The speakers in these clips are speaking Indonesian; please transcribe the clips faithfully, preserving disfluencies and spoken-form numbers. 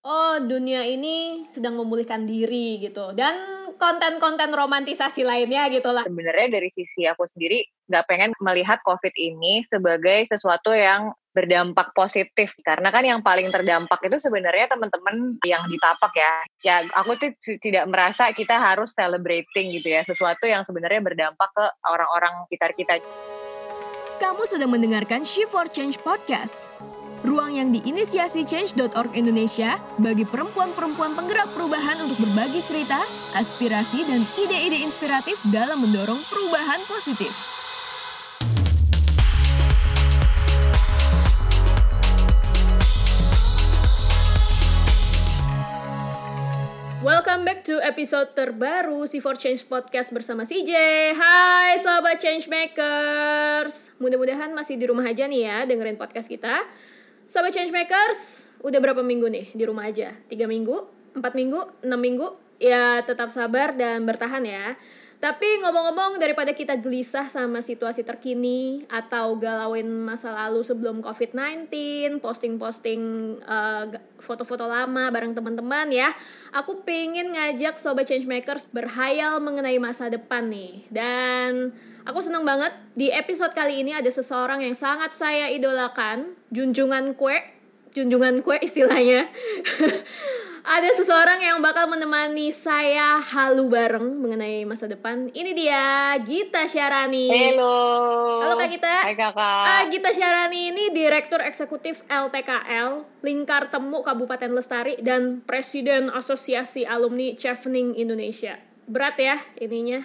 oh dunia ini sedang memulihkan diri gitu, dan konten-konten romantisasi lainnya gitulah. Sebenarnya dari sisi aku sendiri nggak pengen melihat COVID ini sebagai sesuatu yang berdampak positif, karena kan yang paling terdampak itu sebenarnya teman-teman yang ditapak ya. Ya aku tuh tidak merasa kita harus celebrating gitu ya, sesuatu yang sebenarnya berdampak ke orang-orang sekitar kita. Kamu sedang mendengarkan Shift for Change Podcast, ruang yang diinisiasi change dot org Indonesia bagi perempuan-perempuan penggerak perubahan untuk berbagi cerita, aspirasi, dan ide-ide inspiratif dalam mendorong perubahan positif. Welcome back to episode terbaru Shift for Change Podcast bersama C J. Hai Sobat Changemakers. Mudah-mudahan masih di rumah aja nih ya dengerin podcast kita. Sobat Changemakers, udah berapa minggu nih di rumah aja? tiga minggu? empat minggu? enam minggu? Ya tetap sabar dan bertahan ya. Tapi ngomong-ngomong, daripada kita gelisah sama situasi terkini atau galauin masa lalu sebelum covid sembilan belas, posting-posting uh, foto-foto lama bareng teman-teman ya, aku pengen ngajak Sobat Changemakers berhayal mengenai masa depan nih. Dan aku seneng banget di episode kali ini ada seseorang yang sangat saya idolakan, junjungan kue, junjungan kue istilahnya. Ada seseorang yang bakal menemani saya halu bareng mengenai masa depan. Ini dia, Gita Syarani. Halo. Halo Kak Gita. Hai Kakak. Uh, Gita Syarani ini Direktur Eksekutif L T K L, Lingkar Temu Kabupaten Lestari, dan Presiden Asosiasi Alumni Chevening Indonesia. Berat ya ininya.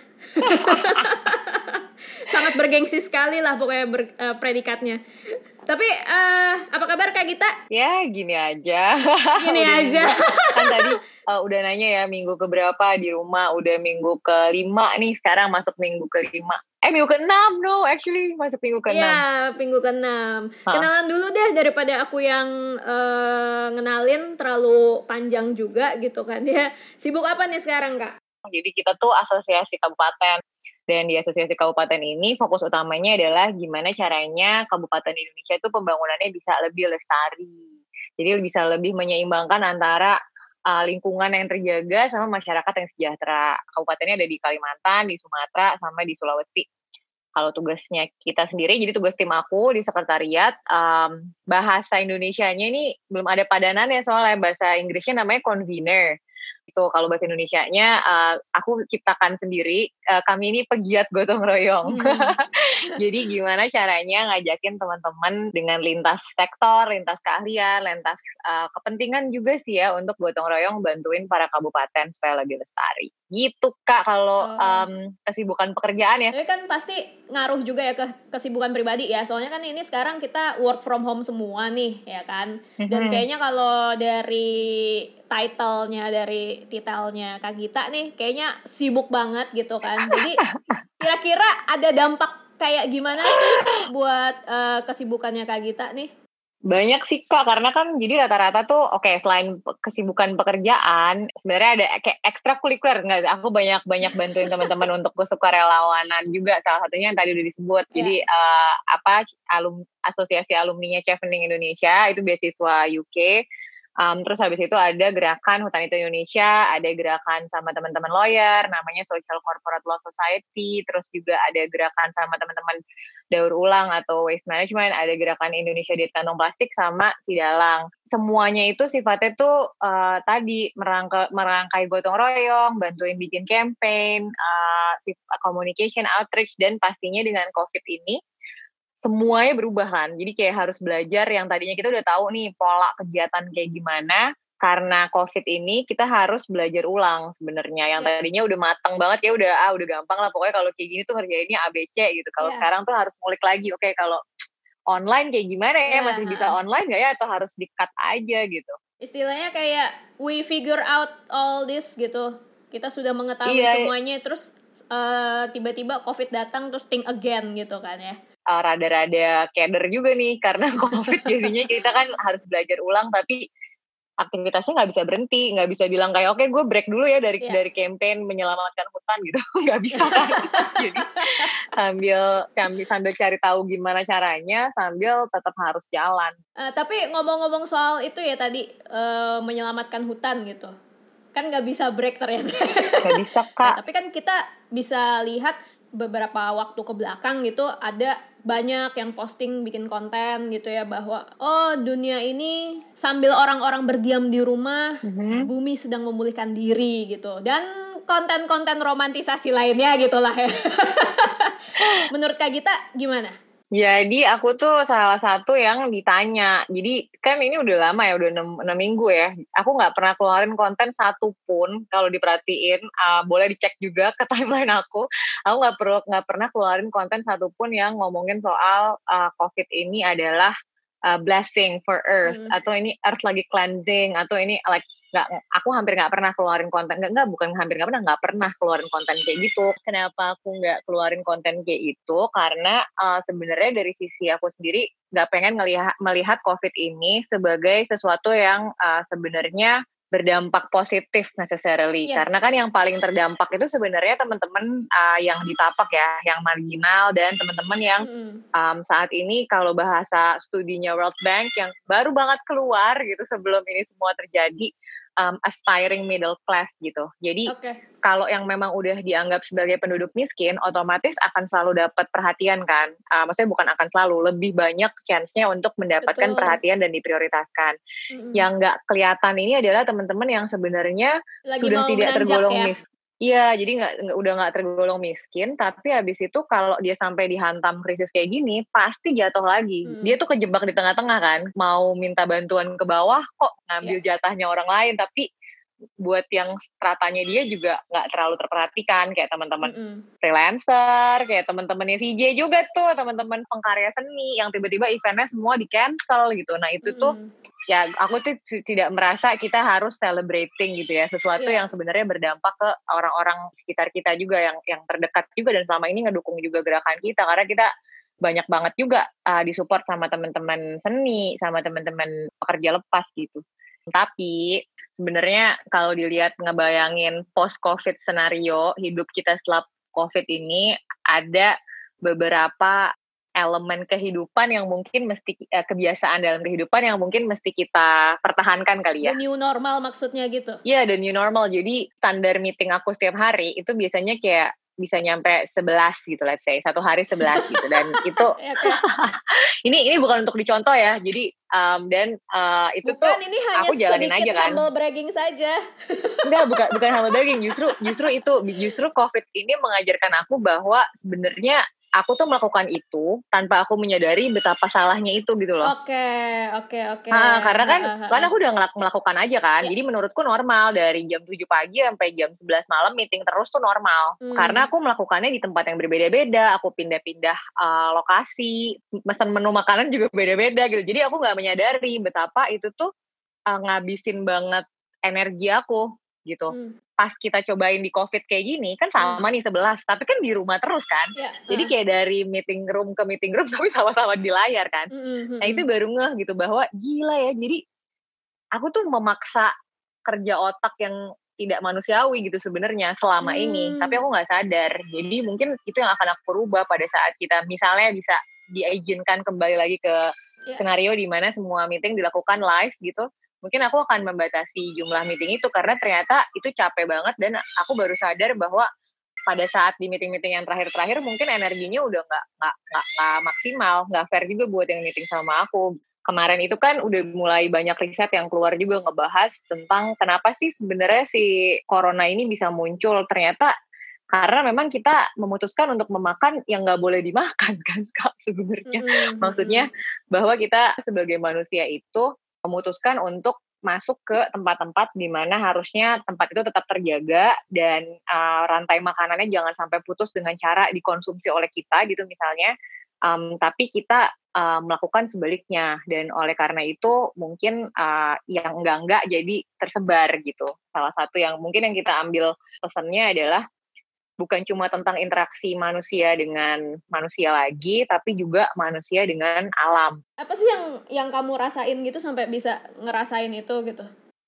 Sangat bergengsi sekali lah pokoknya ber, uh, predikatnya. Tapi uh, apa kabar Kak Gita? Ya gini aja. Gini aja. Minggu, kan tadi uh, udah nanya ya minggu keberapa di rumah. Udah minggu kelima nih, sekarang masuk minggu kelima. Eh minggu keenam no, actually masuk minggu keenam. Iya minggu keenam. Kenalan dulu deh daripada aku yang uh, ngenalin terlalu panjang juga gitu kan ya. Sibuk apa nih sekarang Kak? Jadi kita tuh asosiasi kabupaten. Dan di asosiasi kabupaten ini fokus utamanya adalah gimana caranya kabupaten Indonesia itu pembangunannya bisa lebih lestari. Jadi bisa lebih menyeimbangkan antara uh, lingkungan yang terjaga sama masyarakat yang sejahtera. Kabupatennya ada di Kalimantan, di Sumatera, sama di Sulawesi. Kalau tugasnya kita sendiri, jadi tugas tim aku di sekretariat, um, bahasa Indonesianya ini belum ada padanannya soalnya bahasa Inggrisnya namanya convener. Itu kalau bahasa Indonesianya uh, aku ciptakan sendiri. Uh, kami ini pegiat gotong royong. Hmm. Jadi gimana caranya ngajakin teman-teman dengan lintas sektor, lintas keahlian, lintas uh, kepentingan juga sih ya untuk gotong royong bantuin para kabupaten supaya lebih lestari. Gitu Kak kalau oh. um, kesibukan pekerjaan ya. Tapi kan pasti ngaruh juga ya ke kesibukan pribadi ya. Soalnya kan ini sekarang kita work from home semua nih ya kan. Dan kayaknya kalau dari title-nya, dari titelnya Kak Gita nih kayaknya sibuk banget gitu kan. Jadi kira-kira ada dampak kayak gimana sih buat uh, kesibukannya Kak Gita nih? Banyak sih Kak, karena kan jadi rata-rata tuh oke okay, selain kesibukan pekerjaan sebenarnya ada kayak ekstrakurikuler. Nggak, aku banyak-banyak bantuin teman-teman untuk kesukarelawanan juga, salah satunya yang tadi udah disebut. Yeah. Jadi uh, apa alum asosiasi alumninya Chevening Indonesia itu beasiswa U K. Um, terus habis itu ada gerakan Hutan Itu Indonesia, ada gerakan sama teman-teman lawyer, namanya Social Corporate Law Society, terus juga ada gerakan sama teman-teman daur ulang atau waste management, ada gerakan Indonesia Diet Kantong Plastik sama Sidalang. Semuanya itu sifatnya tuh uh, tadi merangka, merangkai gotong royong, bantuin bikin campaign, uh, communication outreach, dan pastinya dengan COVID ini semuanya berubah kan, jadi kayak harus belajar yang tadinya kita udah tahu nih pola kegiatan kayak gimana, karena COVID ini kita harus belajar ulang sebenarnya. Yang yeah. tadinya udah matang banget ya udah ah udah gampang lah pokoknya kalau kayak gini tuh ngerjainnya A B C gitu. Kalau yeah. sekarang tuh harus ngulik lagi, oke okay, kalau online kayak gimana ya, yeah. masih bisa online nggak ya atau harus di-cut aja gitu. Istilahnya kayak we figure out all this gitu. Kita sudah mengetahui yeah. semuanya, terus uh, tiba-tiba COVID datang terus think again gitu kan ya. Uh, rada-rada keder juga nih karena COVID jadinya kita kan harus belajar ulang, tapi aktivitasnya nggak bisa berhenti, nggak bisa bilang kayak oke gue break dulu ya dari Iya. dari campaign menyelamatkan hutan gitu, nggak bisa kan. Jadi sambil sambil sambil cari tahu gimana caranya, sambil tetap harus jalan. Uh, tapi ngomong-ngomong soal itu ya tadi uh, menyelamatkan hutan gitu, kan nggak bisa break ternyata. Nggak bisa kak. Nah, tapi kan kita bisa lihat beberapa waktu ke belakang gitu ada banyak yang posting bikin konten gitu ya bahwa oh dunia ini sambil orang-orang berdiam di rumah, mm-hmm. bumi sedang memulihkan diri gitu, dan konten-konten romantisasi lainnya gitulah ya. Menurut Kak Gita gimana? Jadi aku tuh salah satu yang ditanya. Jadi kan ini udah lama ya, udah enam minggu ya. Aku nggak pernah keluarin konten satu pun. Kalau diperhatiin, uh, boleh dicek juga ke timeline aku. Aku nggak perlu nggak pernah keluarin konten satu pun yang ngomongin soal uh, COVID ini adalah uh, blessing for Earth, hmm. atau ini Earth lagi cleansing, atau ini like nggak, aku hampir nggak pernah keluarin konten, nggak nggak bukan hampir nggak pernah nggak pernah keluarin konten kayak gitu. Kenapa aku nggak keluarin konten kayak itu? Karena uh, sebenarnya dari sisi aku sendiri nggak pengen ngelihat melihat COVID ini sebagai sesuatu yang uh, sebenarnya berdampak positif necessarily, yeah. Karena kan yang paling terdampak itu sebenarnya teman-teman uh, yang ditapak ya, yang marginal dan teman-teman yang mm. um, saat ini kalau bahasa studinya World Bank yang baru banget keluar gitu sebelum ini semua terjadi, um, aspiring middle class gitu. Jadi okay. Kalau yang memang udah dianggap sebagai penduduk miskin, otomatis akan selalu dapat perhatian kan. Uh, maksudnya bukan akan selalu, lebih banyak chance-nya untuk mendapatkan Betul. perhatian dan diprioritaskan. Mm-hmm. Yang nggak kelihatan ini adalah teman-teman yang sebenarnya Lagi sudah tidak tergolong ya? miskin. Iya, jadi nggak udah nggak tergolong miskin, tapi habis itu kalau dia sampai dihantam krisis kayak gini, pasti jatuh lagi. Hmm. Dia tuh kejebak di tengah-tengah kan, mau minta bantuan ke bawah, kok ngambil yeah. jatahnya orang lain, tapi buat yang stratanya dia juga nggak terlalu terperhatikan, kayak teman-teman mm-hmm. freelancer, kayak teman-temannya V J juga tuh, teman-teman pengkarya seni yang tiba-tiba eventnya semua di cancel gitu. Nah itu mm-hmm. tuh ya aku tuh tidak merasa kita harus celebrating gitu ya, sesuatu yeah. yang sebenarnya berdampak ke orang-orang sekitar kita juga, yang yang terdekat juga, dan selama ini ngedukung juga gerakan kita, karena kita banyak banget juga uh, disupport sama teman-teman seni, sama teman-teman pekerja lepas gitu. Tapi sebenarnya kalau dilihat ngebayangin post-COVID scenario hidup kita setelah COVID ini, ada beberapa elemen kehidupan yang mungkin mesti, eh, kebiasaan dalam kehidupan yang mungkin mesti kita pertahankan kali ya. The new normal maksudnya gitu? Iya, yeah, the new normal. Jadi standar meeting aku setiap hari itu biasanya kayak bisa nyampe sebelas gitu, let's say. Satu hari sebelas gitu. Dan itu, ini ini bukan untuk dicontoh ya. Jadi, um, dan uh, itu bukan, tuh ini hanya aku jalanin aja kan. Sedikit humble bragging saja. Enggak, bukan, bukan humble bragging. Justru, justru itu, justru COVID ini mengajarkan aku bahwa sebenarnya aku tuh melakukan itu tanpa aku menyadari betapa salahnya itu gitu loh. Oke, oke, oke. Nah, karena kan, kan aku udah ngelak- melakukan aja kan. Yeah. Jadi menurutku normal, dari jam tujuh pagi sampai jam sebelas malam meeting terus tuh normal. Hmm. Karena aku melakukannya di tempat yang berbeda-beda, aku pindah-pindah uh, lokasi, pesan menu makanan juga beda-beda gitu. Jadi aku gak menyadari betapa itu tuh uh, ngabisin banget energi aku gitu. Hmm. Pas kita cobain di COVID kayak gini, kan sama hmm. nih sebelas, tapi kan di rumah terus kan. Yeah. Jadi kayak dari meeting room ke meeting room, tapi sama-sama di layar kan. Mm-hmm. Nah itu baru ngeh gitu, bahwa gila ya, jadi aku tuh memaksa kerja otak yang tidak manusiawi gitu sebenarnya selama hmm. ini, tapi aku gak sadar. Jadi mungkin itu yang akan aku rubah pada saat kita misalnya bisa diizinkan kembali lagi ke yeah. skenario di mana semua meeting dilakukan live gitu. Mungkin aku akan membatasi jumlah meeting itu, karena ternyata itu capek banget, dan aku baru sadar bahwa pada saat di meeting-meeting yang terakhir-terakhir mungkin energinya udah nggak nggak nggak maksimal, nggak fair juga buat yang meeting sama aku. Kemarin itu kan udah mulai banyak riset yang keluar juga ngebahas tentang kenapa sih sebenarnya si corona ini bisa muncul. Ternyata karena memang kita memutuskan untuk memakan yang nggak boleh dimakan kan Kak sebenarnya. Mm-hmm. Maksudnya bahwa kita sebagai manusia itu memutuskan untuk masuk ke tempat-tempat di mana harusnya tempat itu tetap terjaga, dan uh, rantai makanannya jangan sampai putus dengan cara dikonsumsi oleh kita gitu misalnya, um, tapi kita uh, melakukan sebaliknya, dan oleh karena itu mungkin uh, yang enggak-enggak jadi tersebar gitu. Salah satu yang mungkin yang kita ambil pesannya adalah bukan cuma tentang interaksi manusia dengan manusia lagi, tapi juga manusia dengan alam. Apa sih yang yang kamu rasain gitu sampai bisa ngerasain itu gitu?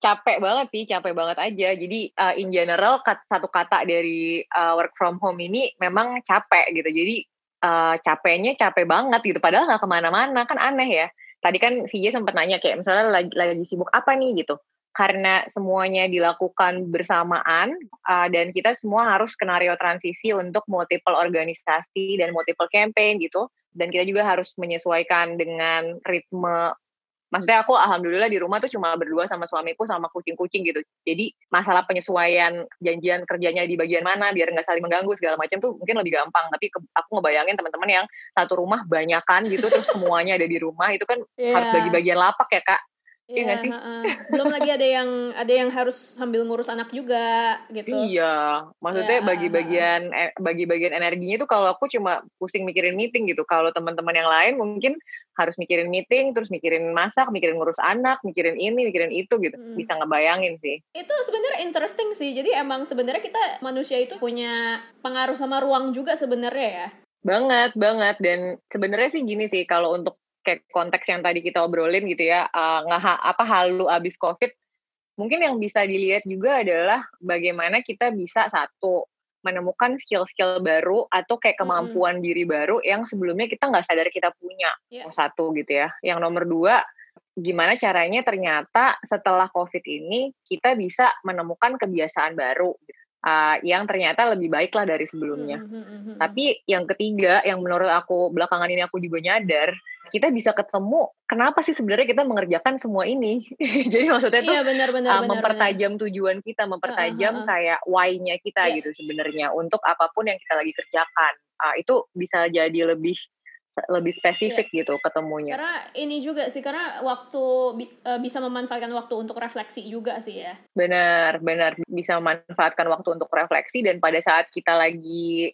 capek banget sih, capek banget aja. Jadi uh, in general kat, satu kata dari uh, work from home ini memang capek gitu. Jadi uh, capeknya capek banget gitu. Padahal nggak kemana-mana, kan aneh ya. Tadi kan si J sempat nanya kayak misalnya lagi, lagi sibuk apa nih gitu. Karena semuanya dilakukan bersamaan uh, dan kita semua harus skenario transisi untuk multiple organisasi dan multiple campaign gitu. Dan kita juga harus menyesuaikan dengan ritme. Maksudnya aku alhamdulillah di rumah tuh cuma berdua sama suamiku sama kucing-kucing gitu. Jadi masalah penyesuaian janjian kerjanya di bagian mana biar nggak saling mengganggu segala macam tuh mungkin lebih gampang. Tapi ke, aku ngebayangin teman-teman yang satu rumah banyakan gitu terus semuanya ada di rumah itu kan yeah. harus bagi bagian lapak ya Kak. Iya yeah, sih? Uh, belum lagi ada yang ada yang harus sambil ngurus anak juga gitu. Iya, maksudnya yeah, bagi bagian uh, bagi bagian energinya itu kalau aku cuma pusing mikirin meeting gitu. Kalau teman-teman yang lain mungkin harus mikirin meeting, terus mikirin masak, mikirin ngurus anak, mikirin ini, mikirin itu gitu. Hmm. Bisa ngebayangin sih. Itu sebenarnya interesting sih. Jadi emang sebenarnya kita manusia itu punya pengaruh sama ruang juga sebenarnya ya. Banget, banget. Dan sebenarnya sih gini sih kalau untuk kayak konteks yang tadi kita obrolin gitu ya, uh, nggak apa halu abis COVID, mungkin yang bisa dilihat juga adalah bagaimana kita bisa satu menemukan skill-skill baru atau kayak kemampuan mm-hmm. diri baru yang sebelumnya kita nggak sadar kita punya. Yeah. Satu gitu ya. Yang nomor dua, gimana caranya ternyata setelah COVID ini kita bisa menemukan kebiasaan baru uh, yang ternyata lebih baik lah dari sebelumnya. Mm-hmm. Tapi yang ketiga, yang menurut aku belakangan ini aku juga nyadar, kita bisa ketemu kenapa sih sebenarnya kita mengerjakan semua ini. Jadi maksudnya tuh iya, benar, benar, uh, mempertajam benar. tujuan kita, mempertajam uh, uh, uh. kayak why-nya kita yeah. gitu sebenarnya untuk apapun yang kita lagi kerjakan. Uh, itu bisa jadi lebih lebih spesifik yeah. gitu ketemunya. Karena ini juga sih, karena waktu uh, bisa memanfaatkan waktu untuk refleksi juga sih ya. Benar, benar bisa memanfaatkan waktu untuk refleksi dan pada saat kita lagi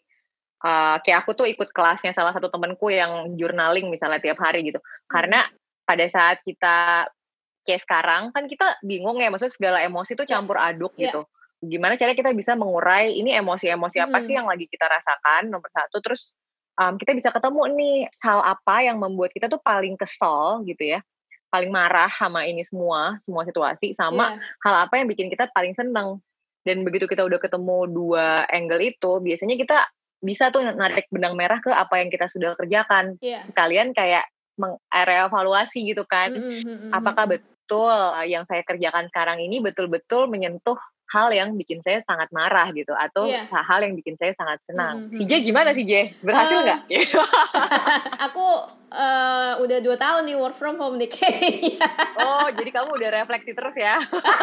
Uh, kayak aku tuh ikut kelasnya salah satu temanku yang journaling misalnya tiap hari gitu. Hmm. Karena pada saat kita kayak sekarang kan kita bingung ya, maksudnya segala emosi tuh campur aduk yeah. gitu. Gimana caranya kita bisa mengurai ini emosi-emosi apa hmm. sih yang lagi kita rasakan nomor satu. Terus um, kita bisa ketemu nih hal apa yang membuat kita tuh paling kesel gitu ya, paling marah sama ini semua, semua situasi, sama yeah. hal apa yang bikin kita paling seneng. Dan begitu kita udah ketemu dua angle itu, biasanya kita bisa tuh narik benang merah ke apa yang kita sudah kerjakan. Yeah. Kalian kayak mengevaluasi gitu kan. Mm-hmm. Apakah betul yang saya kerjakan sekarang ini betul-betul menyentuh hal yang bikin saya sangat marah gitu. Atau yeah. hal yang bikin saya sangat senang. Mm-hmm. Si J gimana si J? Berhasil nggak? Uh, aku uh, udah dua tahun nih work from home nih kayaknya. Oh, jadi kamu udah refleksi terus ya?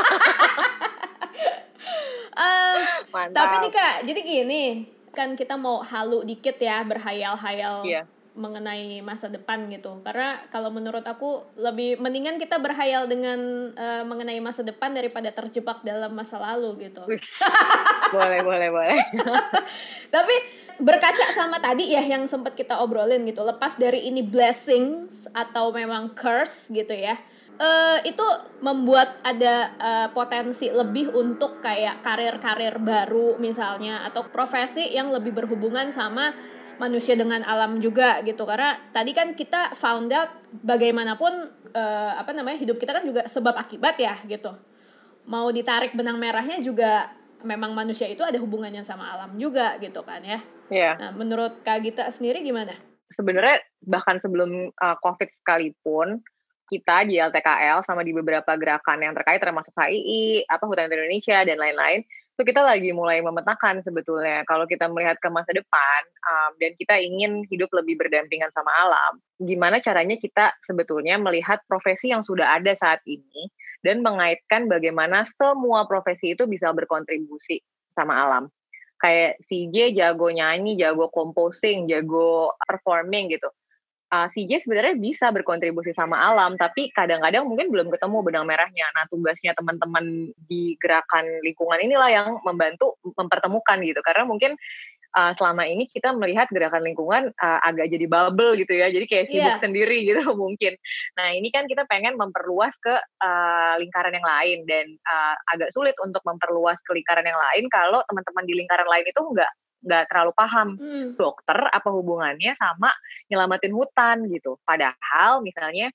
um, tapi nih Kak, jadi gini. Kan kita mau halu dikit ya, berhayal-hayal yeah. mengenai masa depan gitu. Karena kalau menurut aku lebih mendingan kita berhayal dengan uh, mengenai masa depan daripada terjebak dalam masa lalu gitu. boleh, boleh, boleh. Tapi berkaca sama tadi ya yang sempat kita obrolin gitu, lepas dari ini blessings atau memang curse gitu ya. Uh, itu membuat ada uh, potensi lebih untuk kayak karir-karir baru misalnya atau profesi yang lebih berhubungan sama manusia dengan alam juga gitu. Karena tadi kan kita found out bagaimanapun uh, apa namanya hidup kita kan juga sebab akibat ya gitu. Mau ditarik benang merahnya juga memang manusia itu ada hubungannya sama alam juga gitu kan ya. Yeah. Nah, menurut Kak Gita sendiri gimana? Sebenarnya bahkan sebelum uh, COVID sekalipun kita di L T K L sama di beberapa gerakan yang terkait termasuk H I I, apa Hutan Indonesia dan lain-lain, itu kita lagi mulai memetakan sebetulnya kalau kita melihat ke masa depan um, dan kita ingin hidup lebih berdampingan sama alam, gimana caranya kita sebetulnya melihat profesi yang sudah ada saat ini dan mengaitkan bagaimana semua profesi itu bisa berkontribusi sama alam. Kayak si J jago nyanyi, jago composing, jago performing gitu. Uh, C J sebenarnya bisa berkontribusi sama alam, tapi kadang-kadang mungkin belum ketemu benang merahnya. Nah, tugasnya teman-teman di gerakan lingkungan inilah yang membantu mempertemukan gitu. Karena mungkin uh, selama ini kita melihat gerakan lingkungan uh, agak jadi bubble gitu ya, jadi kayak sibuk yeah. sendiri gitu mungkin. Nah, ini kan kita pengen memperluas ke uh, lingkaran yang lain dan uh, agak sulit untuk memperluas ke lingkaran yang lain kalau teman-teman di lingkaran lain itu enggak nggak terlalu paham hmm. dokter apa hubungannya sama nyelamatin hutan gitu. Padahal misalnya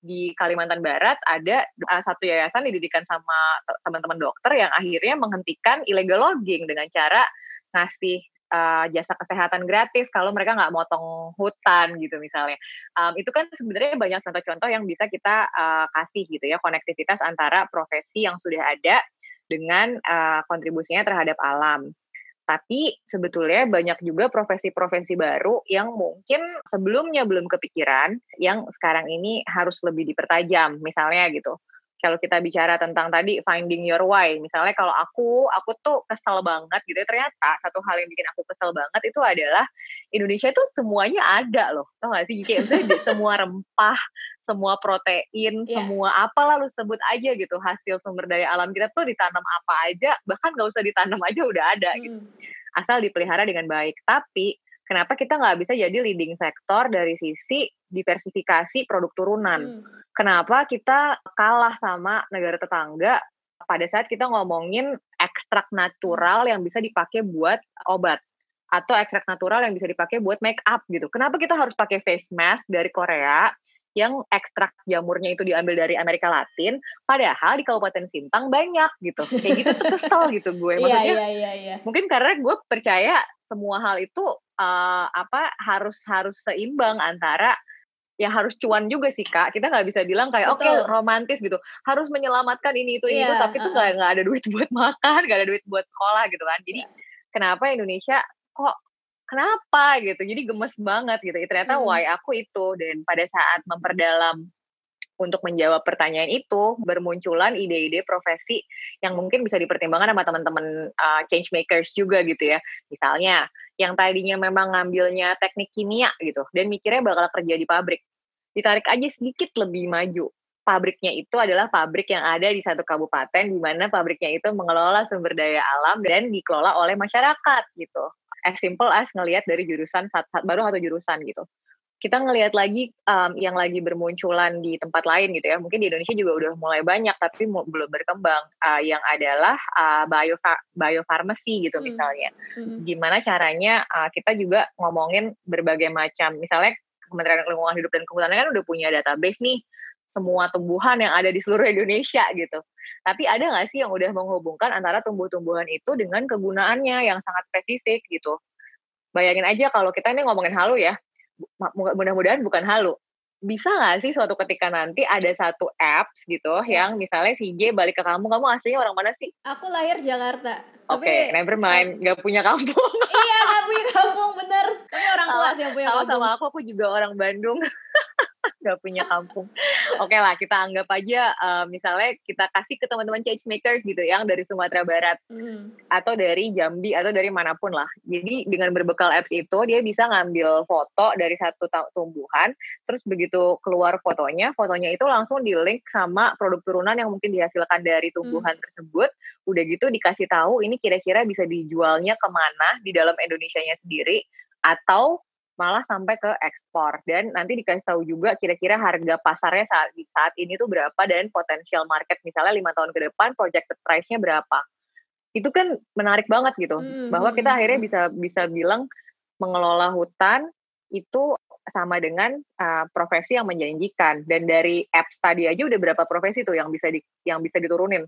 di Kalimantan Barat ada uh, satu yayasan didirikan sama teman-teman dokter yang akhirnya menghentikan illegal logging dengan cara ngasih uh, jasa kesehatan gratis kalau mereka nggak motong hutan gitu misalnya. Um, itu kan sebenarnya banyak contoh-contoh yang bisa kita uh, kasih gitu ya, konektivitas antara profesi yang sudah ada dengan uh, kontribusinya terhadap alam. Tapi sebetulnya banyak juga profesi-profesi baru yang mungkin sebelumnya belum kepikiran, yang sekarang ini harus lebih dipertajam. Misalnya gitu, kalau kita bicara tentang tadi finding your why, misalnya kalau aku, aku tuh kesel banget gitu ya, ternyata satu hal yang bikin aku kesel banget itu adalah Indonesia tuh semuanya ada loh, tau gak sih? Kayak misalnya semua rempah, semua protein, Yeah. semua apalah lu sebut aja gitu, hasil sumber daya alam kita tuh ditanam apa aja, bahkan gak usah ditanam aja udah ada gitu. Hmm. Asal dipelihara dengan baik. Tapi kenapa kita nggak bisa jadi leading sektor dari sisi diversifikasi produk turunan? Hmm. Kenapa kita kalah sama negara tetangga pada saat kita ngomongin ekstrak natural yang bisa dipakai buat obat atau ekstrak natural yang bisa dipakai buat make up gitu? Kenapa kita harus pakai face mask dari Korea yang ekstrak jamurnya itu diambil dari Amerika Latin, padahal di Kabupaten Sintang banyak gitu. Kayak gitu tuh kesel gitu gue. Maksudnya Iya, iya, iya. mungkin karena gue percaya semua hal itu uh, apa harus harus seimbang antara yang harus cuan juga sih Kak. Kita nggak bisa bilang kayak oke Betul. romantis gitu, harus menyelamatkan ini itu ini itu, Iya, tapi tuh uh-uh. nggak nggak ada duit buat makan, nggak ada duit buat sekolah gitu kan. Jadi Iya. kenapa Indonesia kok kenapa gitu? Jadi gemes banget gitu. Ternyata Hmm. why aku itu. Dan pada saat memperdalam untuk menjawab pertanyaan itu, bermunculan ide-ide profesi yang mungkin bisa dipertimbangkan sama teman-teman uh, change makers juga gitu ya. Misalnya, yang tadinya memang ngambilnya teknik kimia gitu, dan mikirnya bakal kerja di pabrik. Ditarik aja sedikit lebih maju. Pabriknya itu adalah pabrik yang ada di satu kabupaten, di mana pabriknya itu mengelola sumber daya alam dan dikelola oleh masyarakat gitu. As simple as ngelihat dari jurusan baru atau jurusan gitu. Kita ngelihat lagi um, yang lagi bermunculan di tempat lain gitu ya. Mungkin di Indonesia juga udah mulai banyak tapi mu- belum berkembang. Uh, yang adalah uh, bio biofarmasi gitu Hmm. misalnya. Hmm. Gimana caranya uh, kita juga ngomongin berbagai macam. Misalnya Kementerian Lingkungan Hidup dan Kehutanan kan udah punya database nih semua tumbuhan yang ada di seluruh Indonesia gitu. Tapi ada nggak sih yang udah menghubungkan antara tumbuh-tumbuhan itu dengan kegunaannya yang sangat spesifik gitu. Bayangin aja kalau kita ini ngomongin halu ya, mudah-mudahan bukan halu. Bisa nggak sih suatu ketika nanti ada satu apps gitu Ya. yang misalnya si J balik ke kampung, kamu aslinya orang mana sih? Aku lahir Jakarta. Oke, okay, tapi never mind, nggak punya kampung. Iya, nggak punya kampung, bener. Tapi orang tua sih yang punya sama, kampung. Sama aku, aku juga orang Bandung. Gak punya kampung. Oke lah, kita anggap aja uh, misalnya kita kasih ke teman-teman change makers gitu yang dari Sumatera Barat Hmm. atau dari Jambi atau dari manapun lah. Jadi dengan berbekal apps itu dia bisa ngambil foto dari satu tumbuhan, terus begitu keluar fotonya, fotonya itu langsung di-link sama produk turunan yang mungkin dihasilkan dari tumbuhan hmm. tersebut. Udah gitu dikasih tahu ini kira-kira bisa dijualnya kemana di dalam Indonesianya sendiri atau malah sampai ke ekspor, dan nanti dikasih tahu juga kira-kira harga pasarnya saat saat ini tuh berapa dan potensial market misalnya lima tahun ke depan projected price-nya berapa. Itu kan menarik banget gitu, Hmm, bahwa kita akhirnya bisa bisa bilang mengelola hutan itu sama dengan uh, profesi yang menjanjikan. Dan dari apps tadi aja udah berapa profesi tuh yang bisa di, yang bisa diturunin.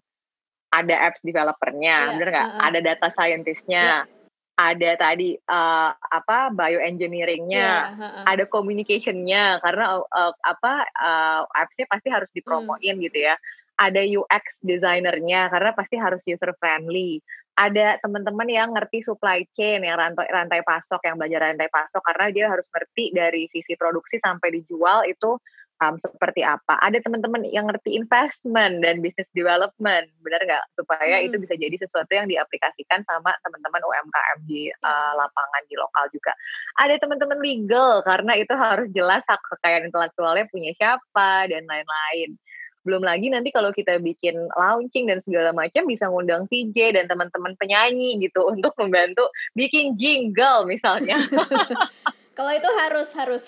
Ada apps developernya, yeah, bener nggak? Uh-uh. Ada data scientist-nya. Yeah. Ada tadi uh, apa bioengineering-nya, yeah, uh-uh. ada communication-nya karena uh, apa uh, apps-nya pasti harus dipromoin hmm. gitu ya. Ada U X designer-nya karena pasti harus user friendly. Ada teman-teman yang ngerti supply chain, yang rantai rantai pasok, yang belajar rantai pasok karena dia harus ngerti dari sisi produksi sampai dijual itu um, seperti apa. Ada teman-teman yang ngerti investment dan business development, benar nggak? Supaya hmm. itu bisa jadi sesuatu yang diaplikasikan sama teman-teman U M K M di uh, lapangan, di lokal juga. Ada teman-teman legal, karena itu harus jelas hak kekayaan intelektualnya punya siapa, dan lain-lain. Belum lagi nanti kalau kita bikin launching dan segala macam bisa ngundang C J dan teman-teman penyanyi gitu untuk membantu bikin jingle misalnya. Kalau itu harus harus.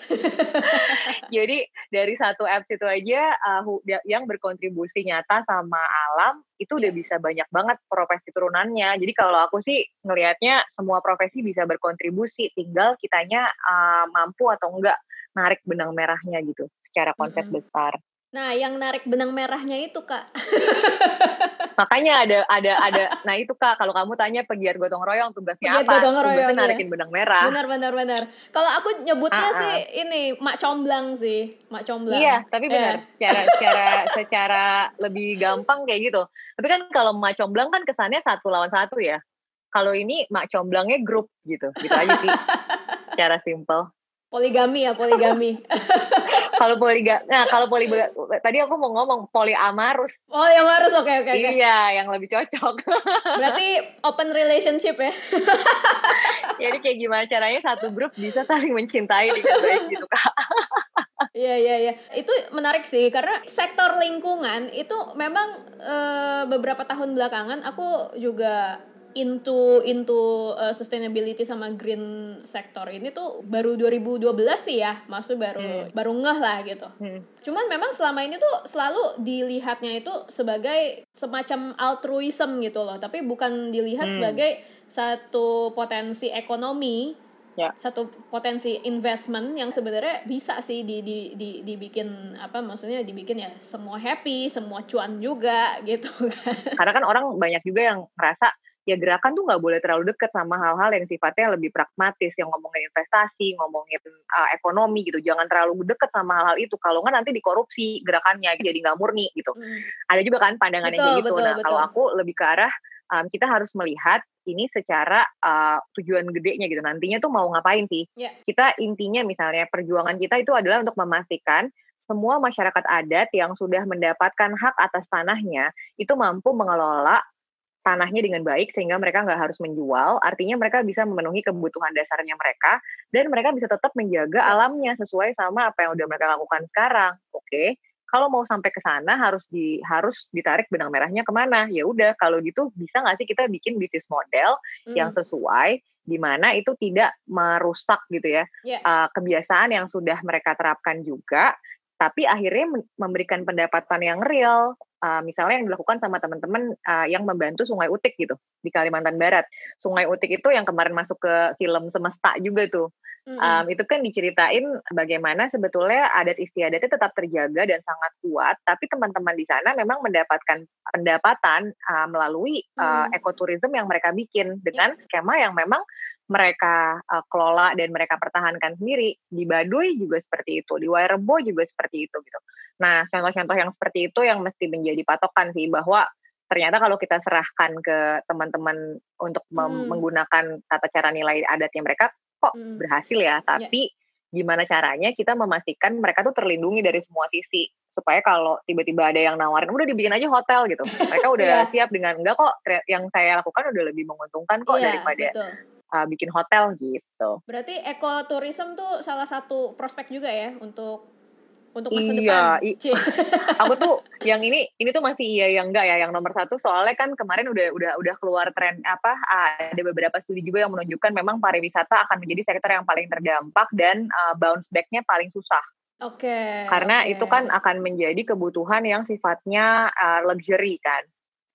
Jadi dari satu apps itu aja uh, yang berkontribusi nyata sama alam itu udah yeah. bisa banyak banget profesi turunannya. Jadi kalau aku sih ngelihatnya semua profesi bisa berkontribusi, tinggal kitanya uh, mampu atau enggak narik benang merahnya gitu secara konsep mm-hmm. besar. Nah, yang narik benang merahnya itu, Kak. Makanya ada ada ada nah itu Kak, kalau kamu tanya pegiat gotong royong tugasnya Pegiat apa? gotong royong, Tugasnya iya. narikin benang merah. Benar benar benar. Kalau aku nyebutnya Uh-uh. sih ini mak comblang sih, mak comblang. Iya, tapi benar. Eh. Secara secara secara lebih gampang kayak gitu. Tapi kan kalau mak comblang kan kesannya satu lawan satu ya. Kalau ini mak comblangnya grup gitu. Gitu aja sih. Secara simple. Poligami ya, poligami. Kalau poliga, nah kalau poli tadi aku mau ngomong polyamarus. Polyamarus, oke oke oke. Iya, yang lebih cocok. Berarti open relationship ya. Jadi kayak gimana caranya satu grup bisa saling mencintai dengan baik gitu Kak. Iya iya iya. Itu menarik sih karena sektor lingkungan itu memang e, beberapa tahun belakangan aku juga into into uh, sustainability sama green sector ini tuh baru dua ribu dua belas sih ya, maksudnya baru hmm. baru ngeh lah gitu. Hmm. Cuman memang selama ini tuh selalu dilihatnya itu sebagai semacam altruism gitu loh, tapi bukan dilihat hmm. sebagai satu potensi ekonomi. Ya. Satu potensi investment yang sebenarnya bisa sih di, di, di, dibikin apa maksudnya dibikin ya semua happy, semua cuan juga gitu kan. Karena kan orang banyak juga yang ngerasa ya gerakan tuh nggak boleh terlalu dekat sama hal-hal yang sifatnya lebih pragmatis, yang ngomongin investasi, ngomongin uh, ekonomi gitu. Jangan terlalu dekat sama hal-hal itu. Kalau nggak nanti dikorupsi gerakannya, jadi nggak murni gitu. Hmm. Ada juga kan pandangan betul, yang kayak gitu. Betul, nah betul. Kalau aku lebih ke arah um, kita harus melihat ini secara uh, tujuan gedenya gitu. Nantinya tuh mau ngapain sih? Yeah. Kita intinya misalnya perjuangan kita itu adalah untuk memastikan semua masyarakat adat yang sudah mendapatkan hak atas tanahnya itu mampu mengelola tanahnya dengan baik sehingga mereka nggak harus menjual, artinya mereka bisa memenuhi kebutuhan dasarnya mereka dan mereka bisa tetap menjaga alamnya sesuai sama apa yang udah mereka lakukan sekarang. Oke, okay? Kalau mau sampai ke sana harus di harus ditarik benang merahnya kemana? Ya udah, kalau gitu bisa nggak sih kita bikin bisnis model hmm. yang sesuai di mana itu tidak merusak gitu ya yeah. uh, kebiasaan yang sudah mereka terapkan juga, tapi akhirnya memberikan pendapatan yang real. Uh, misalnya yang dilakukan sama teman-teman uh, yang membantu Sungai Utik gitu di Kalimantan Barat. Sungai Utik itu yang kemarin masuk ke film Semesta juga tuh. Mm-hmm. Um, itu kan diceritain bagaimana sebetulnya adat istiadatnya tetap terjaga dan sangat kuat, tapi teman-teman di sana memang mendapatkan pendapatan uh, melalui uh, mm. ekoturism yang mereka bikin dengan skema yang memang mereka uh, kelola dan mereka pertahankan sendiri. Di Baduy juga seperti itu, di Wairebo juga seperti itu gitu. Nah, contoh-contoh yang seperti itu yang mesti menjadi patokan sih, bahwa ternyata kalau kita serahkan ke teman-teman untuk mem- hmm. menggunakan tata cara nilai adatnya mereka kok hmm. berhasil ya, tapi yeah. gimana caranya kita memastikan mereka tuh terlindungi dari semua sisi, supaya kalau tiba-tiba ada yang nawarin udah dibikin aja hotel gitu, mereka udah yeah. siap dengan enggak kok, yang saya lakukan udah lebih menguntungkan kok yeah, daripada betul. Uh, bikin hotel gitu. Berarti ekoturism tuh salah satu prospek juga ya untuk untuk masa iya, depan. Iya. Aku tuh yang ini ini tuh masih iya yang enggak ya, yang nomor satu soalnya kan kemarin udah udah udah keluar tren apa ada beberapa studi juga yang menunjukkan memang pariwisata akan menjadi sektor yang paling terdampak dan uh, bounce back-nya paling susah. Oke. Okay, Karena okay. itu kan akan menjadi kebutuhan yang sifatnya uh, luxury kan.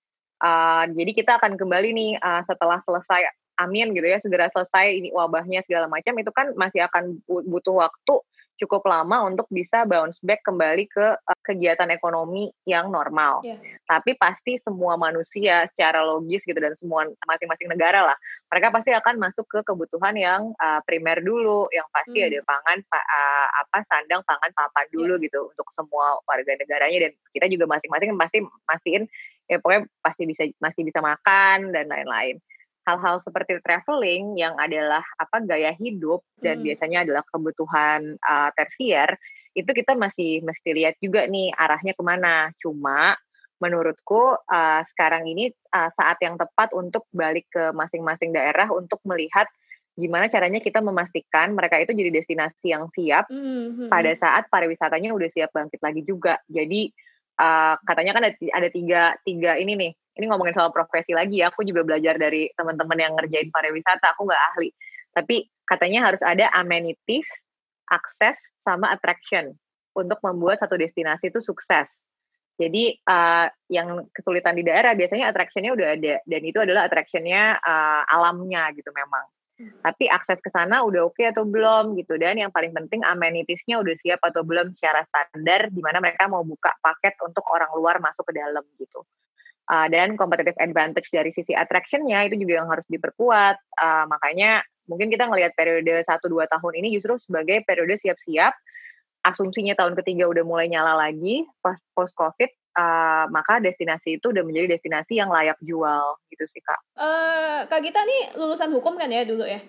Uh, jadi kita akan kembali nih uh, setelah selesai amin gitu ya, segera selesai ini wabahnya segala macam, itu kan masih akan butuh waktu cukup lama untuk bisa bounce back kembali ke uh, kegiatan ekonomi yang normal. Yeah. Tapi pasti semua manusia secara logis gitu dan semua masing-masing negara lah, mereka pasti akan masuk ke kebutuhan yang uh, primer dulu, yang pasti hmm. ada pangan, pa, uh, apa sandang, pangan, papan dulu yeah. gitu untuk semua warga negaranya, dan kita juga masing-masing pasti mastiin ya pokoknya pasti bisa masih bisa makan dan lain-lain. Hal-hal seperti traveling yang adalah apa gaya hidup dan hmm. biasanya adalah kebutuhan uh, tersier, itu kita masih mesti lihat juga nih arahnya kemana. Cuma menurutku uh, sekarang ini uh, saat yang tepat untuk balik ke masing-masing daerah untuk melihat gimana caranya kita memastikan mereka itu jadi destinasi yang siap hmm. pada saat pariwisatanya udah siap bangkit lagi juga. Jadi uh, katanya kan ada, ada tiga, tiga ini nih. Ini ngomongin soal profesi lagi ya, aku juga belajar dari teman-teman yang ngerjain pariwisata, aku nggak ahli. Tapi katanya harus ada amenities, akses, sama attraction untuk membuat satu destinasi itu sukses. Jadi uh, yang kesulitan di daerah biasanya attraction-nya udah ada, dan itu adalah attraction-nya uh, alamnya gitu memang. Tapi akses ke sana udah oke okay atau belum gitu. Dan yang paling penting amenities-nya udah siap atau belum secara standar di mana mereka mau buka paket untuk orang luar masuk ke dalam gitu. Uh, dan competitive advantage dari sisi attraction-nya itu juga yang harus diperkuat. Uh, makanya mungkin kita ngelihat periode satu dua tahun ini justru sebagai periode siap-siap. Asumsinya tahun ketiga udah mulai nyala lagi post-COVID. Uh, maka destinasi itu udah menjadi destinasi yang layak jual gitu sih Kak. Uh, Kak Gita nih lulusan hukum kan ya dulu ya?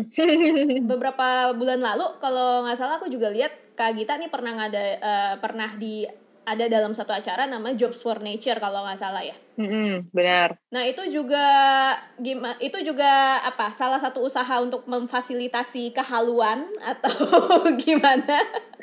Beberapa bulan lalu kalau nggak salah aku juga lihat Kak Gita nih pernah ngada uh, pernah di ada dalam satu acara namanya Jobs for Nature kalau nggak salah ya. Mm-hmm, benar. Nah itu juga gimana? Itu juga apa? Salah satu usaha untuk memfasilitasi kehaluan atau gimana?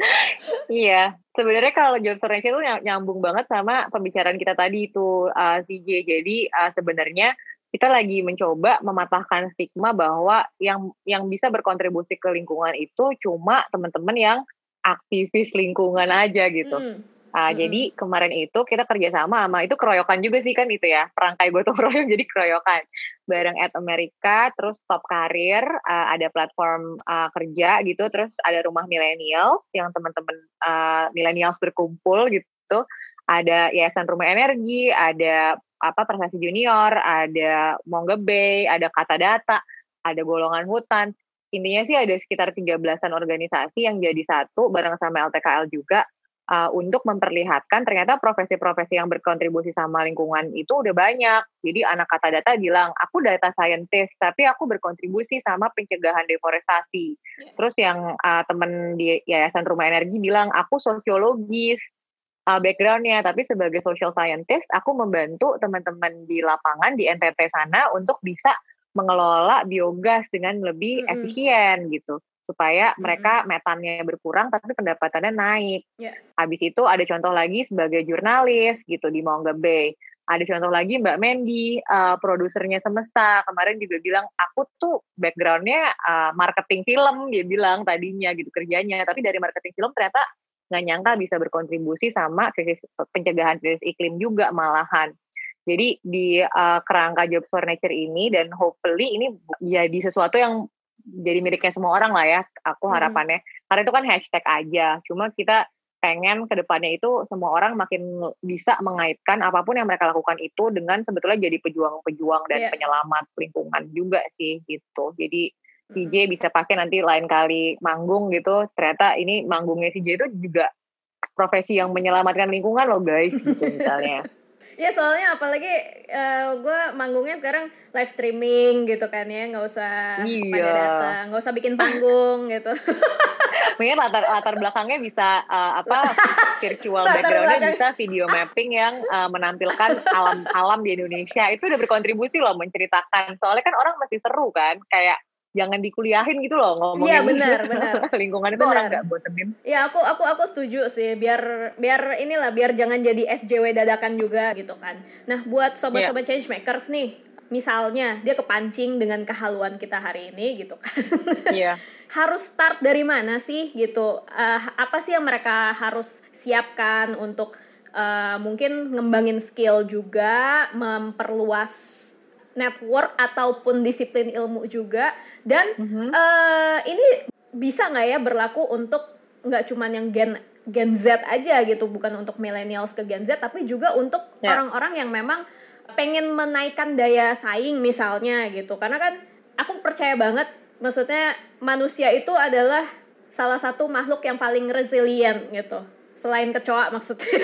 Iya, sebenarnya kalau Jobs for Nature itu nyambung banget sama pembicaraan kita tadi itu uh, C J. Jadi uh, sebenarnya kita lagi mencoba mematahkan stigma bahwa yang yang bisa berkontribusi ke lingkungan itu cuma teman-teman yang aktivis lingkungan aja gitu. Mm. Uh, mm-hmm. Jadi kemarin itu kita kerjasama sama itu keroyokan juga sih kan itu ya, perangkai gotong royong jadi keroyokan bareng At America, terus Top Karir, uh, ada platform uh, kerja gitu, terus ada rumah millennials yang teman-teman uh, millennials berkumpul gitu, ada Yayasan Rumah Energi, ada apa Prestasi Junior, ada Mongge Bay, ada Kata Data, ada Golongan Hutan. Intinya sih ada sekitar tiga belasan organisasi yang jadi satu bareng sama L T K L juga. Uh, untuk memperlihatkan ternyata profesi-profesi yang berkontribusi sama lingkungan itu udah banyak. Jadi anak Kata Data bilang, aku data scientist, tapi aku berkontribusi sama pencegahan deforestasi. Yeah. Terus yang uh, temen di Yayasan Rumah Energi bilang, aku sosiologis uh, background-nya, tapi sebagai social scientist, aku membantu teman-teman di lapangan, di N T T sana, untuk bisa mengelola biogas dengan lebih mm-hmm. efisien gitu. Supaya mereka mm-hmm. metannya berkurang tapi pendapatannya naik. Yeah. Habis itu ada contoh lagi sebagai jurnalis gitu di Mongge Bay. Ada contoh lagi Mbak Mendy, uh, produsernya Semesta. Kemarin juga bilang, aku tuh background-nya uh, marketing film, dia bilang tadinya gitu kerjanya. Tapi dari marketing film ternyata nggak nyangka bisa berkontribusi sama krisis, pencegahan krisis iklim juga malahan. Jadi di uh, kerangka Jobs for Nature ini dan hopefully ini jadi sesuatu yang jadi miliknya semua orang lah ya, aku harapannya. Hmm. Karena itu kan hashtag aja, cuma kita pengen ke depannya itu semua orang makin bisa mengaitkan apapun yang mereka lakukan itu dengan sebetulnya jadi pejuang-pejuang dan yeah. penyelamat lingkungan juga sih gitu. Jadi C J hmm. bisa pakai nanti lain kali manggung gitu, ternyata ini manggungnya C J itu juga profesi yang menyelamatkan lingkungan loh guys, gitu misalnya. Ya soalnya apalagi uh, gue manggungnya sekarang live streaming gitu kan ya, nggak usah iya. pada datang, nggak usah bikin panggung gitu. Mungkin latar latar belakangnya bisa uh, apa virtual backgroundnya bisa video mapping yang uh, menampilkan alam-alam di Indonesia. Itu udah berkontribusi loh menceritakan. Soalnya kan orang masih seru kan, kayak jangan dikuliahin gitu loh ngomongin. Iya benar benar. Lingkungan itu benar. orang nggak bosenin. Iya aku aku aku setuju sih, biar biar inilah biar jangan jadi S J W dadakan juga gitu kan. Nah buat sobat-sobat yeah. changemakers nih, misalnya dia kepancing dengan kehaluan kita hari ini gitu kan. Iya. Yeah. Harus start dari mana sih gitu? Uh, apa sih yang mereka harus siapkan untuk uh, mungkin ngembangin skill juga, memperluas network ataupun disiplin ilmu juga, dan mm-hmm. uh, ini bisa nggak ya berlaku untuk nggak cuman yang gen Gen Z aja gitu, bukan untuk millennials ke Gen Z, tapi juga untuk yeah. orang-orang yang memang pengen menaikkan daya saing misalnya gitu. Karena kan aku percaya banget, maksudnya manusia itu adalah salah satu makhluk yang paling resilient gitu, selain kecoa maksudnya.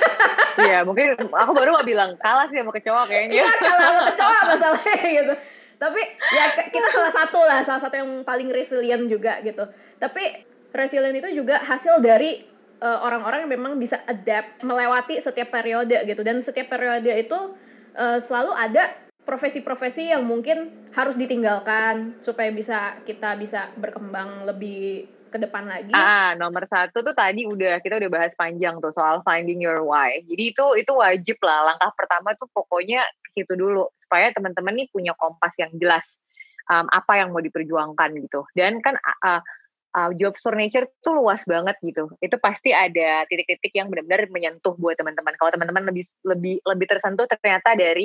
Iya, mungkin aku baru mau bilang kalah sih sama kecoa kayaknya. Iya, kalah sama kecoa masalahnya gitu. Tapi ya kita salah satu lah, salah satu yang paling resilient juga gitu. Tapi resilient itu juga hasil dari uh, orang-orang yang memang bisa adapt melewati setiap periode gitu. Dan setiap periode itu uh, selalu ada profesi-profesi yang mungkin harus ditinggalkan supaya bisa kita bisa berkembang lebih ke depan lagi. Ah, nomor satu tuh tadi udah kita udah bahas panjang tuh soal finding your why. Jadi itu itu wajib lah. Langkah pertama tuh pokoknya ke situ dulu supaya teman-teman nih punya kompas yang jelas um, apa yang mau diperjuangkan gitu. Dan kan uh, uh, Jobs for Nature tuh luas banget gitu. Itu pasti ada titik-titik yang benar-benar menyentuh buat teman-teman. Kalau teman-teman lebih lebih lebih tersentuh ternyata dari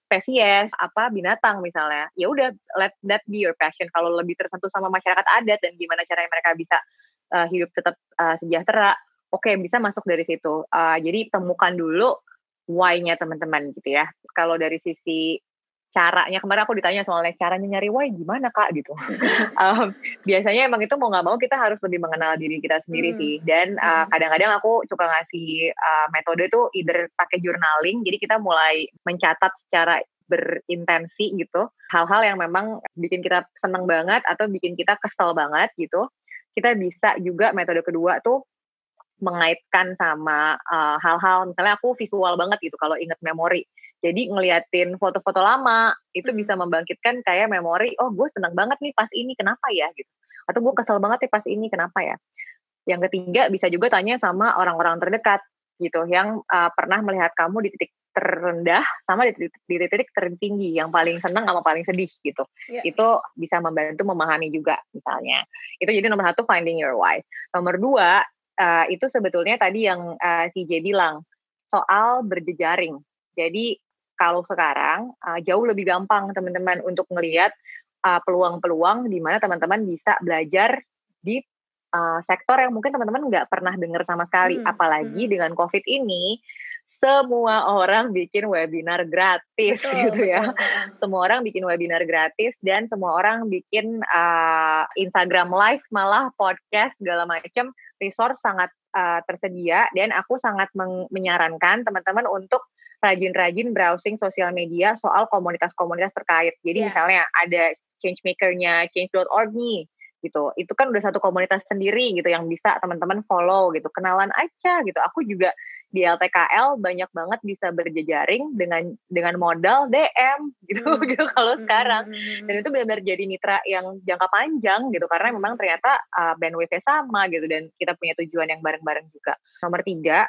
spesies, apa binatang misalnya. Ya udah, let that be your passion. Kalau lebih tersentuh sama masyarakat adat dan gimana caranya mereka bisa uh, hidup tetap uh, sejahtera, oke okay, bisa masuk dari situ. Uh, jadi temukan dulu why-nya teman-teman gitu ya. Kalau dari sisi caranya, kemarin aku ditanya soalnya caranya nyari why gimana kak gitu. um, biasanya emang itu mau nggak mau kita harus lebih mengenal diri kita sendiri hmm. sih. Dan uh, kadang-kadang aku suka ngasih uh, metode tuh either pakai journaling, jadi kita mulai mencatat secara berintensi gitu hal-hal yang memang bikin kita seneng banget atau bikin kita kesel banget gitu. Kita bisa juga metode kedua tuh mengaitkan sama uh, hal-hal, misalnya aku visual banget gitu kalau inget memori. Jadi ngeliatin foto-foto lama itu bisa membangkitkan kayak memori, oh gue seneng banget nih pas ini, kenapa ya gitu. Atau gue kesel banget nih pas ini, kenapa ya. Yang ketiga bisa juga tanya sama orang-orang terdekat gitu, yang uh, pernah melihat kamu di titik terendah sama di titik, di titik tertinggi, yang paling seneng sama paling sedih gitu. Yeah. Itu bisa membantu memahami juga misalnya. Itu jadi nomor satu, finding your why. Nomor dua, uh, itu sebetulnya tadi yang uh, C J bilang, soal berjejaring. Jadi kalau sekarang uh, jauh lebih gampang teman-teman untuk ngelihat uh, peluang-peluang di mana teman-teman bisa belajar di uh, sektor yang mungkin teman-teman nggak pernah dengar sama sekali. Hmm. Apalagi hmm. dengan COVID ini, semua orang bikin webinar gratis betul, gitu ya. Betul. Semua orang bikin webinar gratis dan semua orang bikin uh, Instagram live, malah podcast segala macam. Resource sangat uh, tersedia dan aku sangat meng- menyarankan teman-teman untuk rajin-rajin browsing sosial media soal komunitas-komunitas terkait. Jadi yeah. misalnya ada changemaker-nya change dot org nih, gitu. Itu kan udah satu komunitas sendiri gitu yang bisa teman-teman follow gitu. Kenalan aja gitu. Aku juga di L T K L banyak banget bisa berjejaring dengan dengan modal D M gitu hmm. gitu kalau hmm. sekarang. Dan itu benar-benar jadi mitra yang jangka panjang gitu karena memang ternyata uh, bandwidth-nya sama gitu dan kita punya tujuan yang bareng-bareng juga. Nomor tiga,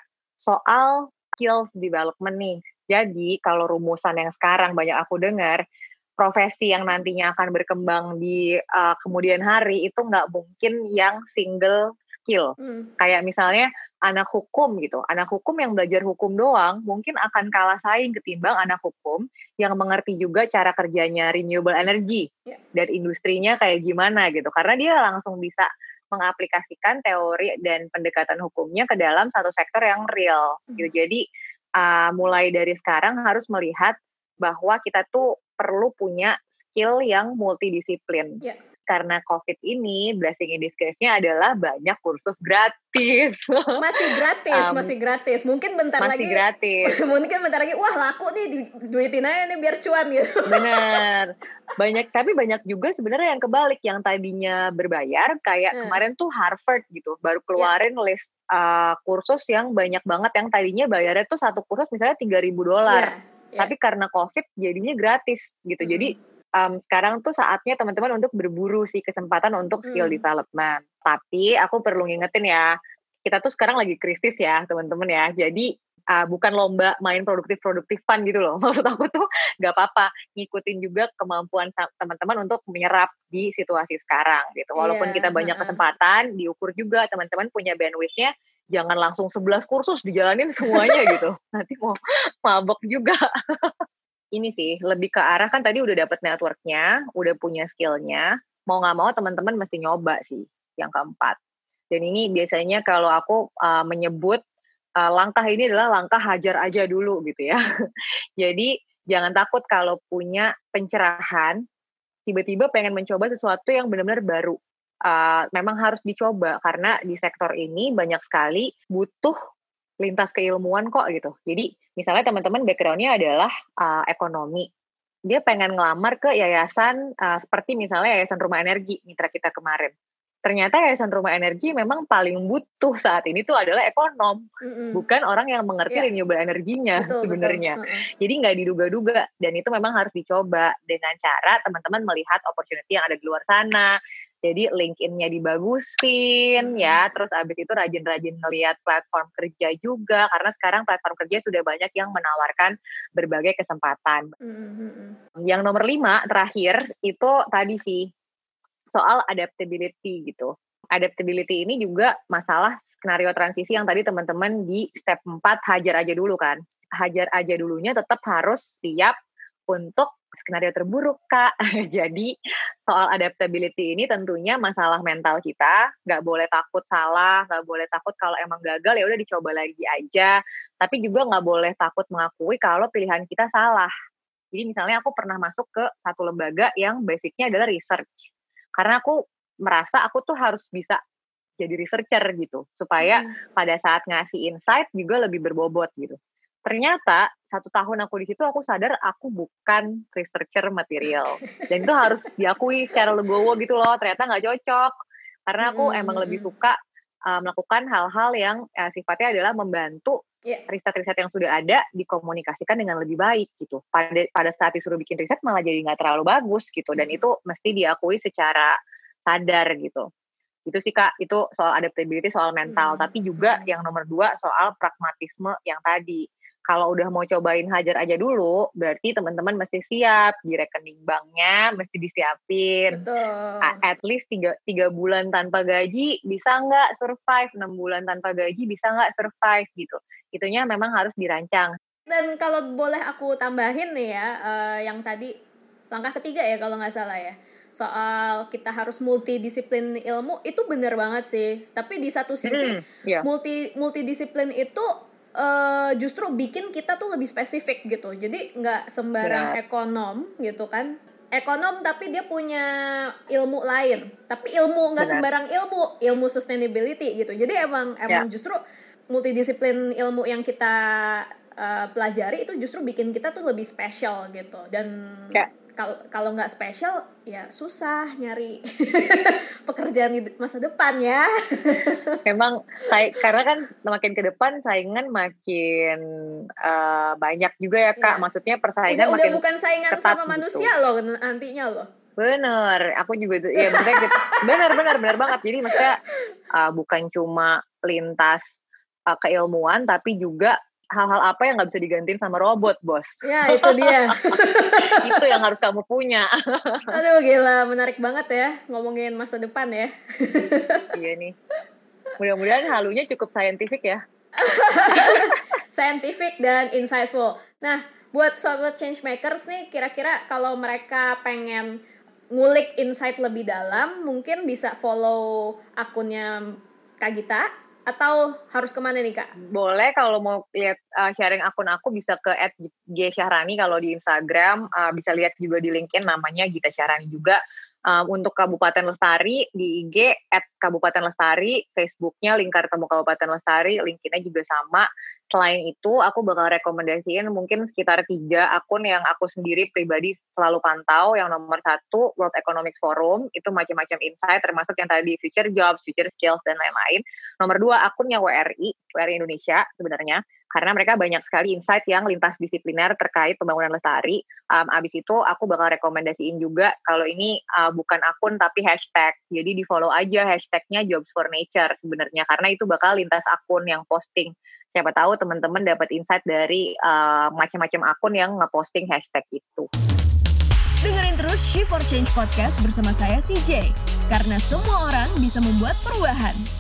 soal skills development nih. Jadi kalau rumusan yang sekarang banyak aku dengar, profesi yang nantinya akan berkembang di uh, kemudian hari itu nggak mungkin yang single skill. Hmm. Kayak misalnya anak hukum gitu. Anak hukum yang belajar hukum doang mungkin akan kalah saing ketimbang anak hukum yang mengerti juga cara kerjanya renewable energy yeah. dan industrinya kayak gimana gitu. Karena dia langsung bisa mengaplikasikan teori dan pendekatan hukumnya ke dalam satu sektor yang real. Gitu. Jadi uh, mulai dari sekarang harus melihat bahwa kita tuh perlu punya skill yang multidisiplin. Yeah. Karena COVID ini, blessing in disguise-nya adalah banyak kursus gratis. Masih gratis, um, masih gratis. Mungkin bentar masih lagi. Masih gratis. Mungkin bentar lagi, wah laku nih, duitin aja nih biar cuan gitu. Bener. Banyak, tapi banyak juga sebenarnya yang kebalik. Yang tadinya berbayar, kayak hmm. kemarin tuh Harvard gitu. Baru keluarin yeah. list uh, kursus yang banyak banget. Yang tadinya bayarnya tuh satu kursus misalnya tiga ribu dolar. Yeah. Yeah. Tapi karena COVID jadinya gratis gitu. Hmm. Jadi Um, sekarang tuh saatnya teman-teman untuk berburu sih kesempatan untuk skill hmm. development. Tapi aku perlu ngingetin ya, kita tuh sekarang lagi krisis ya teman-teman ya. Jadi uh, bukan lomba main produktif-produktifan gitu loh. Maksud aku tuh gak apa-apa ngikutin juga kemampuan teman-teman untuk menyerap di situasi sekarang gitu. Walaupun yeah. kita banyak kesempatan, diukur juga teman-teman punya bandwidth-nya. Jangan langsung sebelas kursus dijalanin semuanya gitu. Nanti mau mabok juga. Ini sih lebih ke arah kan tadi udah dapet networknya, udah punya skillnya, mau nggak mau teman-teman mesti nyoba sih yang keempat. Dan ini biasanya kalau aku uh, menyebut uh, langkah ini adalah langkah hajar aja dulu gitu ya. Jadi jangan takut kalau punya pencerahan, tiba-tiba pengen mencoba sesuatu yang benar-benar baru. Uh, memang harus dicoba karena di sektor ini banyak sekali butuh lintas keilmuan kok gitu. Jadi misalnya teman-teman background-nya adalah uh, ekonomi. Dia pengen ngelamar ke yayasan uh, seperti misalnya Yayasan Rumah Energi, mitra kita kemarin. Ternyata Yayasan Rumah Energi memang paling butuh saat ini tuh adalah ekonom. Mm-hmm. Bukan orang yang mengerti yeah. renewable energinya sebenarnya. Uh-uh. Jadi nggak diduga-duga. Dan itu memang harus dicoba dengan cara teman-teman melihat opportunity yang ada di luar sana. Jadi LinkedIn-nya dibagusin hmm. ya, terus abis itu rajin-rajin ngelihat platform kerja juga, karena sekarang platform kerja sudah banyak yang menawarkan berbagai kesempatan. Hmm. Yang nomor lima, terakhir, itu tadi sih, soal adaptability gitu. Adaptability ini juga masalah skenario transisi yang tadi teman-teman di step empat hajar aja dulu kan. Hajar aja dulunya tetap harus siap untuk skenario terburuk, Kak. Jadi soal adaptability ini tentunya masalah mental kita, nggak boleh takut salah, nggak boleh takut kalau emang gagal ya udah dicoba lagi aja. Tapi juga nggak boleh takut mengakui kalau pilihan kita salah. Jadi misalnya aku pernah masuk ke satu lembaga yang basicnya adalah research. Karena aku merasa aku tuh harus bisa jadi researcher gitu, supaya hmm. pada saat ngasih insight juga lebih berbobot gitu. Ternyata satu tahun aku di situ aku sadar aku bukan researcher material, dan itu harus diakui secara legowo gitu loh. Ternyata nggak cocok karena aku hmm. emang lebih suka uh, melakukan hal-hal yang uh, sifatnya adalah membantu yeah. riset-riset yang sudah ada dikomunikasikan dengan lebih baik gitu. Pada pada saat disuruh bikin riset malah jadi nggak terlalu bagus gitu, dan itu mesti diakui secara sadar gitu. Itu sih Kak, itu soal adaptability, soal mental. Hmm. Tapi juga yang nomor dua soal pragmatisme yang tadi. Kalau udah mau cobain hajar aja dulu, berarti teman-teman mesti siap di rekening banknya, mesti disiapin. Betul. At least tiga, tiga bulan tanpa gaji bisa nggak survive, enam bulan tanpa gaji bisa nggak survive gitu. Itunya memang harus dirancang. Dan kalau boleh aku tambahin nih ya, uh, yang tadi langkah ketiga ya kalau nggak salah ya. Soal kita harus multidisiplin ilmu itu benar banget sih. Tapi di satu sisi hmm, yeah. multi multidisiplin itu uh, justru bikin kita tuh lebih spesifik gitu. Jadi nggak sembarang yeah. ekonom gitu kan. Ekonom tapi dia punya ilmu lain. Tapi ilmu nggak sembarang ilmu, ilmu sustainability gitu. Jadi emang emang yeah. justru multidisiplin ilmu yang kita uh, pelajari itu justru bikin kita tuh lebih spesial gitu. Dan yeah. kalau nggak spesial ya susah nyari pekerjaan di masa depan ya. Memang say, karena kan makin ke depan saingan makin uh, banyak juga ya Kak. Ya. Maksudnya persaingan udah, makin udah bukan saingan sama manusia gitu loh nantinya loh. Bener, aku juga ya maksudnya gitu. bener bener bener banget. Jadi maksudnya uh, bukan cuma lintas uh, keilmuan tapi juga hal-hal apa yang gak bisa digantiin sama robot, bos. Ya, itu dia. Itu yang harus kamu punya. Aduh, gila. Menarik banget ya ngomongin masa depan ya. Iya nih. Mudah-mudahan halunya cukup scientific ya. Scientific dan insightful. Nah, buat Sobat Changemakers nih, kira-kira kalau mereka pengen ngulik insight lebih dalam, mungkin bisa follow akunnya Kak Gita. Atau harus kemana nih Kak? Boleh kalau mau lihat uh, sharing akun aku bisa ke at g syahrani kalau di Instagram, uh, bisa lihat juga di LinkedIn namanya Gita Syahrani juga. Um, untuk Kabupaten Lestari di I G at Kabupaten Lestari, Facebooknya Lingkar Temu Kabupaten Lestari, LinkedIn-nya juga sama. Selain itu aku bakal rekomendasiin mungkin sekitar tiga akun yang aku sendiri pribadi selalu pantau. Yang nomor satu World Economic Forum, itu macam-macam insight termasuk yang tadi future jobs, future skills dan lain-lain. Nomor dua akunnya W R I, W R I Indonesia sebenarnya, karena mereka banyak sekali insight yang lintas disipliner terkait pembangunan lestari. Um, abis itu aku bakal rekomendasiin juga kalau ini uh, bukan akun tapi hashtag. Jadi di follow aja hashtagnya Jobs for Nature sebenarnya, karena itu bakal lintas akun yang posting. Siapa tahu teman-teman dapat insight dari uh, macam-macam akun yang ngeposting hashtag itu. Dengerin terus Shift for Change Podcast bersama saya C J, karena semua orang bisa membuat perubahan.